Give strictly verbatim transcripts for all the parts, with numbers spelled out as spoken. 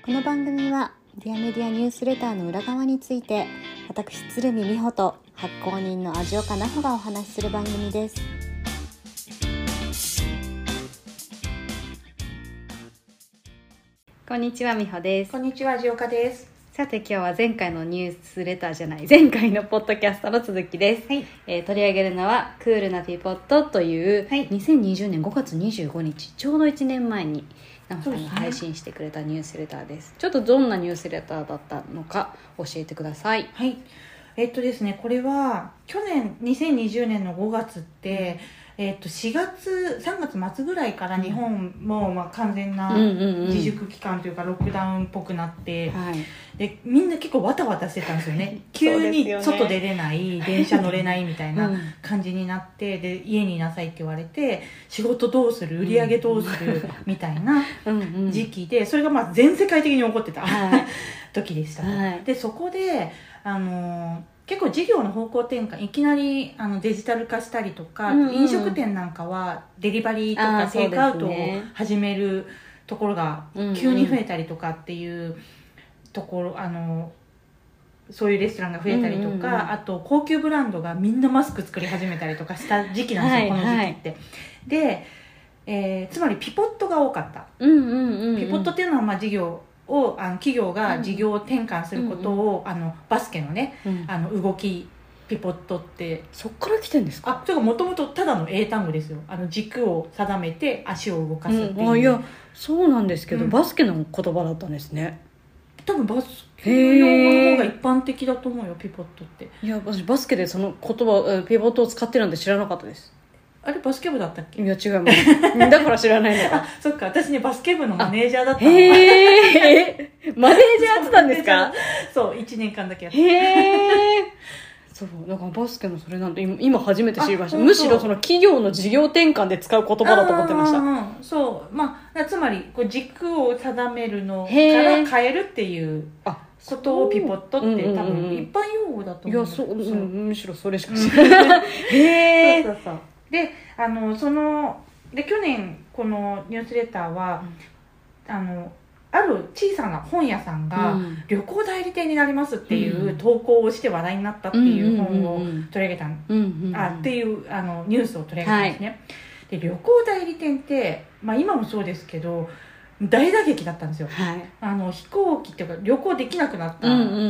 この番組はディアメディアニュースレターの裏側について、私鶴見美穂と発行人の味岡奈穂がお話しする番組です。こんにちは、美穂です。 こんにちは、味岡です。 さて今日は前回のニュースレターじゃない前回のポッドキャストの続きです、 はいえー、取り上げるのはクールなピポットという、はい、にせんにじゅうねんごがつにじゅうごにちちょうどいちねんまえに奈穂さんが配信してくれたニュースレターです。ちょっとどんなニュースレターだったのか教えてください。 はい、えっとですねこれは去年にせんにじゅうねんのごがつって、えっとしがつさんがつまつぐらいから日本もまあ完全な自粛期間というかロックダウンっぽくなって、はい、でみんな結構ワタワタしてたんですよね急に外出れない、ね、電車乗れないみたいな感じになって、うん、で家にいなさいって言われて仕事どうする売り上げどうする、うん、みたいな時期で、それがまあ全世界的に起こってた、はい、時でした、はい、でそこであのー結構事業の方向転換いきなりあのデジタル化したりとか、うんうん、飲食店なんかはデリバリーとかテイクアウトを始めるところが急に増えたりとかっていうところ、うんうん、あのそういうレストランが増えたりとか、うんうんうん、あと高級ブランドがみんなマスク作り始めたりとかした時期なんですよ、はい、この時期って、はい、で、えー、つまりピポットが多かった、うんうんうんうん、ピポットっていうのはまあ事業をあの企業が事業転換することを、うん、あのバスケのね、うん、あの動きピポットってそっから来てるんですか？ あ、それがもともとただの英単語ですよ。あの軸を定めて足を動かすっていう、うん、 あいやそうなんですけど、うん、バスケの言葉だったんですね。 多分バスケの用語の方が一般的だと思うよ、ピポットって。 いや私バスケでその言葉ピポットを使ってるなんて知らなかったです。 あれバスケ部だったっけ？ いや違いますだから知らないのかあ、そっか、私ねバスケ部のマネージャーだったの。 へえマネージャーやってたんですか？ そういちねんかんだけやってへえそうだからバスケのそれなんて今初めて知りました。むしろその企業の事業転換で使う言葉だと思ってました。 うんうん、そうまあつまりこう軸を定めるのから変えるっていうことをピポットって、うんうんうん、多分一般用語だと思うんですけど、いやそう、うん、むしろそれしか知らないへえそうそうそうであのそので去年このニュースレターは、うん、あのある小さな本屋さんが旅行代理店になりますっていう投稿をして話題になったっていう本を取り上げた、うんうんうん、あっていうあのニュースを取り上げたんですね、はい、で旅行代理店って、まあ、今もそうですけど大打撃だったんですよ、はい、あの飛行機っていうか旅行できなくなったから、うんうんうん、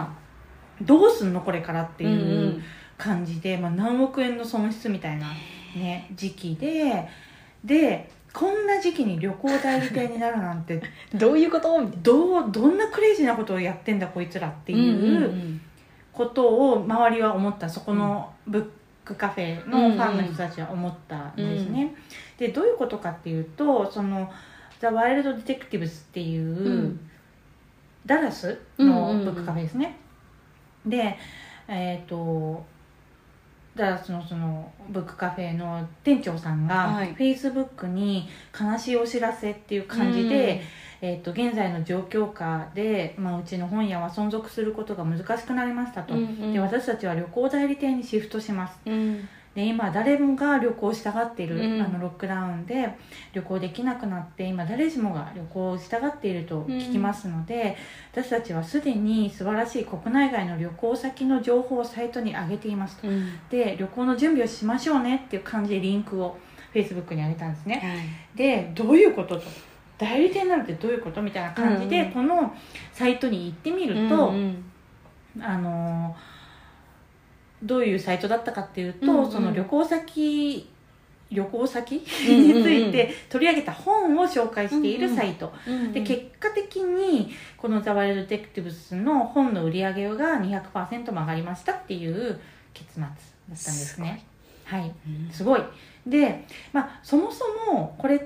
どうすんのこれからっていう感じで、まあ、何億円の損失みたいな、ね、時期ででこんな時期に旅行代理店になるなんてどういうことみたいなどうどんなクレイジーなことをやってんだこいつらっていうことを周りは思った。そこのブックカフェのファンの人たちは思ったんですね、うんうん、でどういうことかっていうとそのザ・ワイルド・ディテクティブスっていう、うん、ダラスのブックカフェですね、うんうんうん、でえっ、ー、とダラスのそのブックカフェの店長さんが、はい、Facebook に悲しいお知らせっていう感じで、うんえー、と現在の状況下で、まあ、うちの本屋は存続することが難しくなりましたと、うんうん、で私たちは旅行代理店にシフトします、うんで今誰もが旅行したがっている、うん、あのロックダウンで旅行できなくなって今誰しもが旅行したがっていると聞きますので、うん、私たちはすでに素晴らしい国内外の旅行先の情報をサイトに上げていますと、うん、で旅行の準備をしましょうねっていう感じでリンクを Facebook に上げたんですね、はい、でどういうことと代理店になるってどういうことみたいな感じで、うん、このサイトに行ってみると、うんうん、あのーどういうサイトだったかっていうと、うんうん、その旅行先旅行先について取り上げた本を紹介しているサイト、うんうん、で結果的にこのザ・ワイルド・ディテクティブスの本の売り上げが にひゃくパーセント も上がりましたっていう結末だったんですね。はい、うん、すごいで、まあ、そもそもこれって、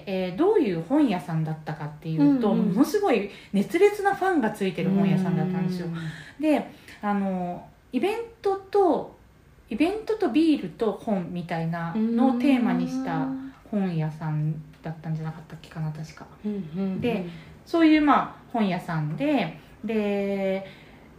えー、どういう本屋さんだったかっていうと、うんうん、ものすごい熱烈なファンがついてる本屋さんだったんですよ、うんうん、であのイベントとイベントとビールと本みたいなのをテーマにした本屋さんだったんじゃなかったっけかな確か、うんうんうん、でそういうまあ本屋さんでで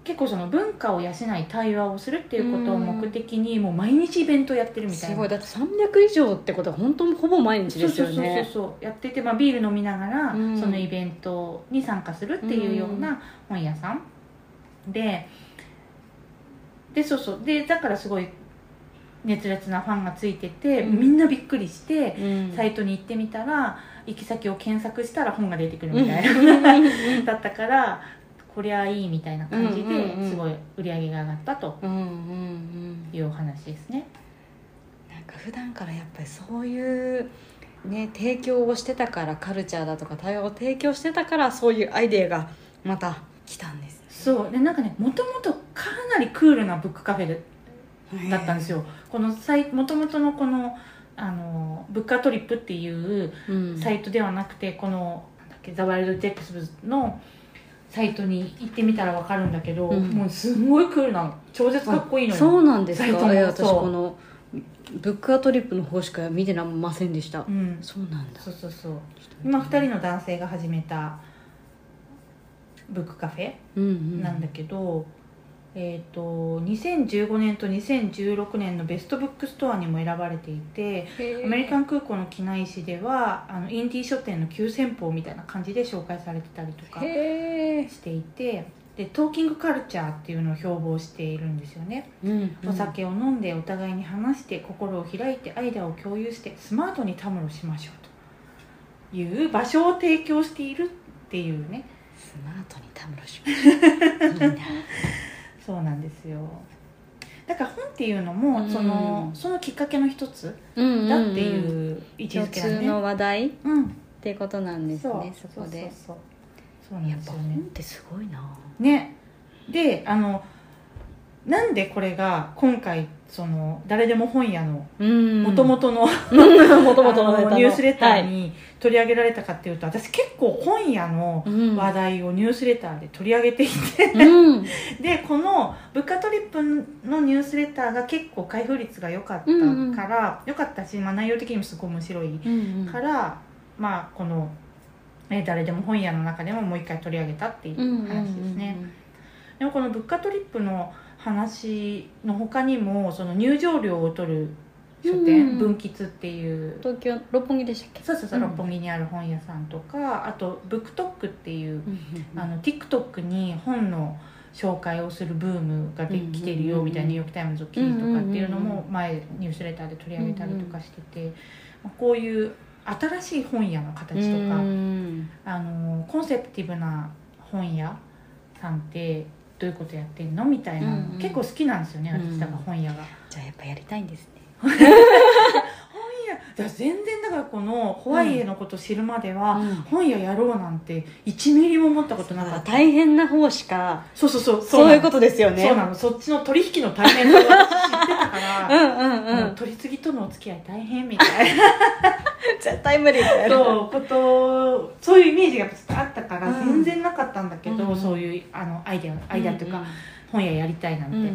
結構その文化を養い対話をするっていうことを目的にもう毎日イベントやってるみたいな。 すごい。だってさんびゃく以上ってことは本当ほぼ毎日ですよね。 そうそうそうそうやってて、まあ、ビール飲みながらそのイベントに参加するっていうような本屋さんで、でそうそうでだからすごい熱烈なファンがついてて、うん、みんなびっくりして、うん、サイトに行ってみたら行き先を検索したら本が出てくるみたいな、うん、だったからこりゃいいみたいな感じですごい売り上げが上がったというお話ですね。 なんか普段からやっぱりそういうね提供をしてたから、カルチャーだとか対話を提供してたからそういうアイデアがまた来たんです、ね、 そうでなんかねもともとかなりクールなブックカフェでだったんですよ。このもともとのこのあのブッカートリップっていうサイトではなくて、うん、このなんだっけザワイルドテックスのサイトに行ってみたら分かるんだけど、うん、もうすごいクールなの、超絶かっこいいのよ。 そうなんですか。私このブックアトリップの方しか見てませんでした、うん、そうなんだ。 そうそうそう。今ふたりの男性が始めたブックカフェなんだけど、うんうんえー、とにせんじゅうごねんとにせんじゅうろくねんのベストブックストアにも選ばれていて、アメリカン空港の機内紙ではあのインディー書店の急先鋒みたいな感じで紹介されてたりとかしていて、でトーキングカルチャーっていうのを標榜しているんですよね、うんうん、お酒を飲んでお互いに話して心を開いてアイデアを共有してスマートにたむろしましょうという場所を提供しているっていうね。 スマートにたむろしましょういいな。 そうなんですよ。だから本っていうのも、うん、そのそのきっかけの一つだっていう位置づけなんで、 共通の話題、うん、っていうことなんですね。そこでそうそうそうそうなんですよね。 やっぱ本ってすごいな。 ね。であのなんでこれが今回その誰でも本屋のもともとのニュースレターに取り上げられたかっていうと、私結構本屋の話題をニュースレターで取り上げていて、うん、でこのブッカトリップのニュースレターが結構開封率が良かったから、うんうん、良かったし、まあ、内容的にもすごい面白いから、うんうん、まあこのえ誰でも本屋の中でももう一回取り上げたっていう話ですね。でもこのブッカトリップの話の他にもその入場料を取る書店、うん、文吉っていう東京六本木でしたっけ。 そうそうそう、うん、六本木にある本屋さんとか、あとブックトックっていう、うんうん、あの TikTok に本の紹介をするブームができてるよみたいなニューヨークタイムズの記事とかっていうのも前ニュースレターで取り上げたりとかしてて、まあ、こういう新しい本屋の形とか、あのコンセプティブな本屋さんってどういうことやってんのみたいなの、うんうん、結構好きなんですよね、私だから本屋が、うん、 じゃあやっぱやりたいんですね。 本屋だ全然だからこのホワイエのことを知るまでは、うん、本屋やろうなんていちミリも思ったことなかった。 大変な方しか。 そうそうそうそういうことですよね。 そうなの、そっちの取引の大変さを私知ってたからうんうん、うん、取り次ぎとのお付き合い大変みたいな絶対無理だよね。 そうことそういうイメージがちょっとあったから全然なかったんだけど、うん、そういうあのアイデアアイデアというか、うんうん、本屋やりたいなんて、うんうんうん、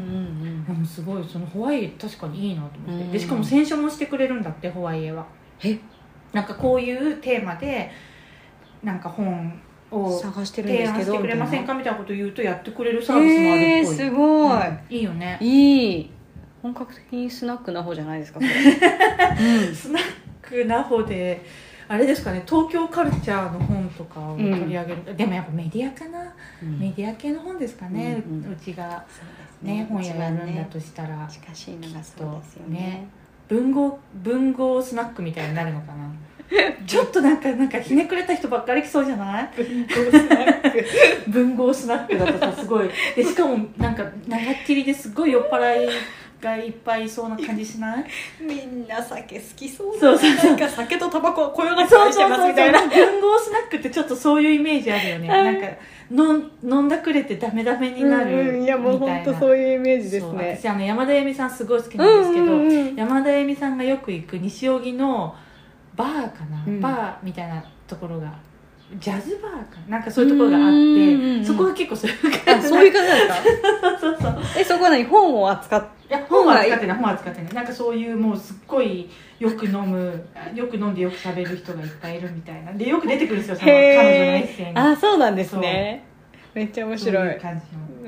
でもすごいそのホワイエ確かにいいなと思って、うん、でしかも選書もしてくれるんだって、ホワイエは。 えなんかこういうテーマでなんか本を探してるんですけど提案してくれませんかみたいなことを言うとやってくれるサービスもあるっぽい。えー、 すごい、うん、 いいよね。 いい。本格的にスナックな方じゃないですか、それ、 うん、スナックな方であれですかね、東京カルチャーの本とかを取り上げる、うん、でもやっぱメディアかな、うん、メディア系の本ですかね、うんうん、うちが、ねね、本屋やるんだとしたら、 ね、近しいのがそうですよね。ね、 文豪文豪スナックみたいになるのかなちょっとなんかなんかひねくれた人ばっかり来そうじゃない？文豪スナック文豪スナックだとさ、すごいで、しかもなんか長っきりですごい酔っ払いがいっぱいいそうな感じしない？ みんな酒好きそうだ。 そうそうそう、 なんか酒とタバコはこよなく愛してますみたいな。 文豪スナックってちょっとそういうイメージあるよね。なんか飲飲んだくれてダメダメになるみたいな、うんうん、 いやもう本当そういうイメージですね。 私あの山田恵美さんすごい好きなんですけど、うんうんうん、山田恵美さんがよく行く西荻のバーかな、うん、バーみたいなところがジャズバーかなんかそういうところがあって、うんうん、そこが結構そういう感じ。 あ、そういう感じなんですか？ そうそうそう。 え、そこは何、本を扱っいや本は扱ってない本は扱ってないなんかそういうもうすっごいよく飲むよく飲んでよく喋る人がいっぱいいるみたいなで、よく出てくるんですよ、その彼女のエッセイに。 あ、そうなんですね。めっちゃ面白い。 そういう感じの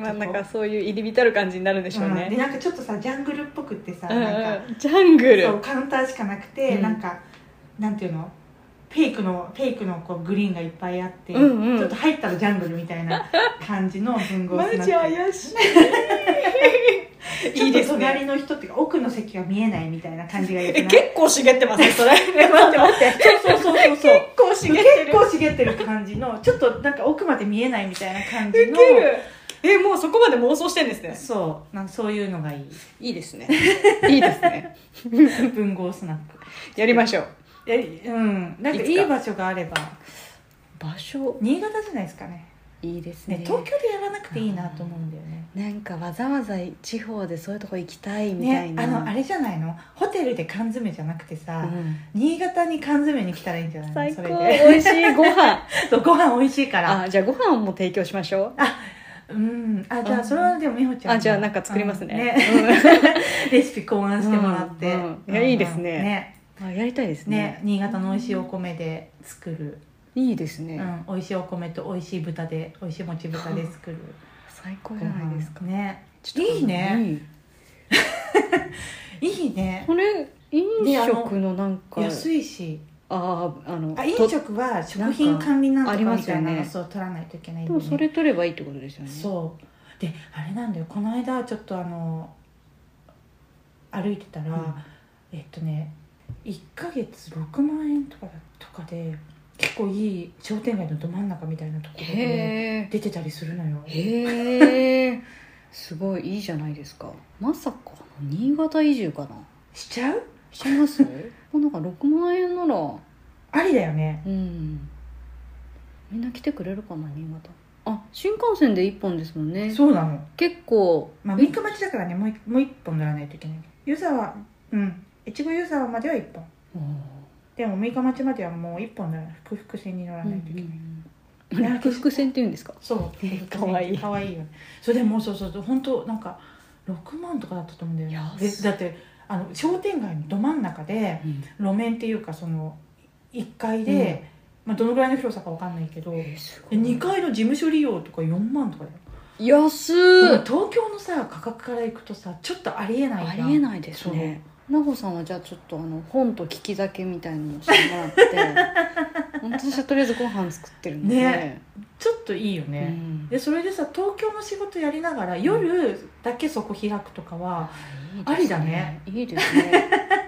まあなんかそういう入り浸る感じになるんでしょうね、 うん、でなんかちょっとさジャングルっぽくってさ、 うん、 なんかジャングルそうカウンターしかなくて、うん、なんかなんていうのフェイクのフェイクのこうグリーンがいっぱいあって、うんうん、ちょっと入ったらジャングルみたいな感じの文豪スナック。マジ怪しいちょっと隣の人っていうか奥の席が見えないみたいな感じがよくない？ 結構茂ってますねそれ待って待ってそうそうそうそう結構茂ってる結構茂ってる感じのちょっとなんか奥まで見えないみたいな感じのえもうそこまで妄想してんですね。 そうなんかそういうのがいいいいですねいいですね文豪スナックやりましょう。 やりうんなんかいい場所があれば。 場所新潟じゃないですかね。 いいですね。 ね東京でやらなくていいなと思うんだよね。 なんかわざわざ地方でそういうとこ行きたいみたいな、 ね、あのあれじゃないのホテルで缶詰じゃなくてさ、うん、新潟に缶詰に来たらいいんじゃないの？ 最高。 それで美味しいご飯そうご飯美味しいからあじゃあご飯も提供しましょう。 あうんあじゃあそれはでも美穂ちゃんあじゃあなんか作りますね、ねレシピ考案してもらって、 うんうん、いやいいですね、 ねあやりたいです ね, ね新潟の美味しいお米で作る、 いいですね、 うん、美味しいお米と美味しい豚で美味しいもち豚で作る最高じゃないですかね。いいねいいいね。 これ飲食のなんか安いしああのあ飲食は食品管理なんとかみたいなのを取らないといけないんで、ね、 でもそれ取ればいいってことですよね。そうであれなんだよこの間ちょっとあの歩いてたら、うん、えっとねいっかげつろくまんえんとかとかで結構いい商店街のど真ん中みたいなところで出てたりするのよ。 へえすごいいいじゃないですか。まさか新潟移住かなしちゃうしちゃいますなんかろくまんえんならありだよね。 うんみんな来てくれるかな新潟。あ新幹線でいっぽんですもんね。 そうなの結構まあ三日町だからねもういっぽん乗らないといけない。湯沢うん越後湯沢まではいっぽんでも三日町まではもういっぽん乗らない複々線に乗らないといけない、うんうん、 複々線っていうんですか。 そうかわいいかわいいよ。それでもうそうそう本当なんかろくまんとかだったと思うんだよね。でだってあの商店街のど真ん中で、うん、路面っていうかそのいっかいで、うんまあ、どのぐらいの広さかわかんないけど、えー、にかいの事務所利用とかよんまんとかだよ。 安ー。 東京のさ価格からいくとさちょっとありえないじゃん。 ありえないですね。なほさんはじゃあちょっとあの本と聞き酒みたいなのをしてもらって私はとりあえずご飯作ってるので、ね、 ちょっといいよね、うん、でそれでさ東京の仕事やりながら夜だけそこ開くとかはありだね。 いいですね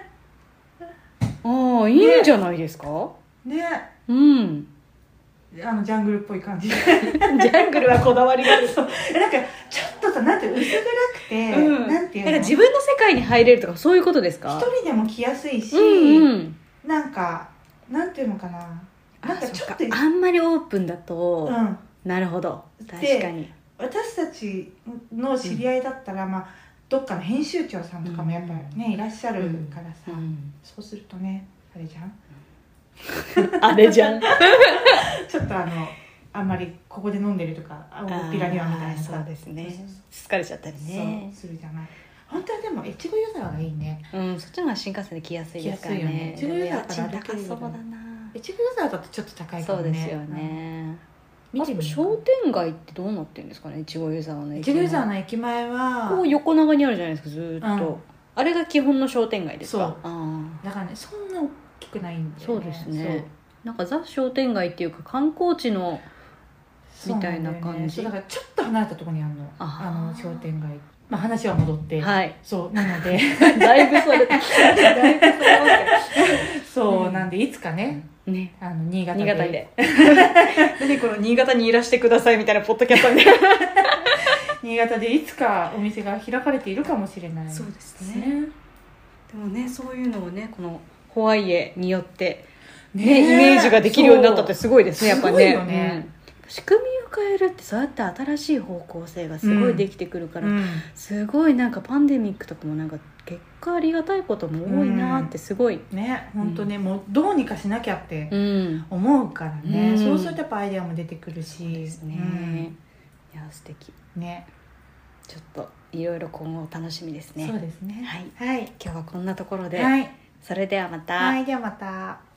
ああいいんじゃないですかね。 うんあのジャングルっぽい感じジャングルはこだわりがあるそうなんかちょっとさなんて薄暗くて、うん、なんていうのなんか自分の世界に入れるとかそういうことですか。 一人でも来やすいし、 うんうん、 なんかなんていうのかななんかちょっとあ, あんまりオープンだと、 うん、 なるほど確かに私たちの知り合いだったら、うんまあ、どっかの編集長さんとかもやっぱね、うん、いらっしゃるからさ、うん、そうするとねあれじゃんあれじゃんちょっとあのあんまりここで飲んでるとか大っぴらにはみたいなそうですね疲れちゃったりねそうするじゃない。本当はでも越後湯沢がいいね。 うんそっちの方が新幹線で来やすいですからね。 越後湯沢から高そうだな。 越後湯沢だとちょっと高いからね。 そうですよね、うん、あと商店街ってどうなってるんですかね越後湯沢の駅前。 越後湯沢の駅前はこう横長にあるじゃないですかずっと、うん、あれが基本の商店街ですか。 そうあだからねそんな大きくないんだよね。 そうですねなんかザ商店街っていうか観光地のみたいな感じ。 そう、ね、そうだからちょっと離れたところにあるのあの商店街。まあ話は戻って、 はい、 そうなのでだいぶそれだいぶそれそう、うん、なんでいつかね、 ねあの新潟で新潟で何この新潟にいらしてくださいみたいなポッドキャストみたいな新潟でいつかお店が開かれているかもしれない。 そうですね。でもねそういうのをねこのホワイエによってね、ねイメージができるようになったってすごいですねやっぱね。 すごいよね、 うん仕組みを変えるってそうやって新しい方向性がすごいできてくるから、うん、すごいなんかパンデミックとかもなんか結果ありがたいことも多いなってすごい、 うん、ね本当ね、うん、もうどうにかしなきゃって思うからね、うん、そうするとやっぱアイデアも出てくるし。そうですね、うん、 いや素敵ね。 ちょっといろいろ今後楽しみですね。 そうですねはい、はい、今日はこんなところで、 はい、 それではまた。 はいではまた。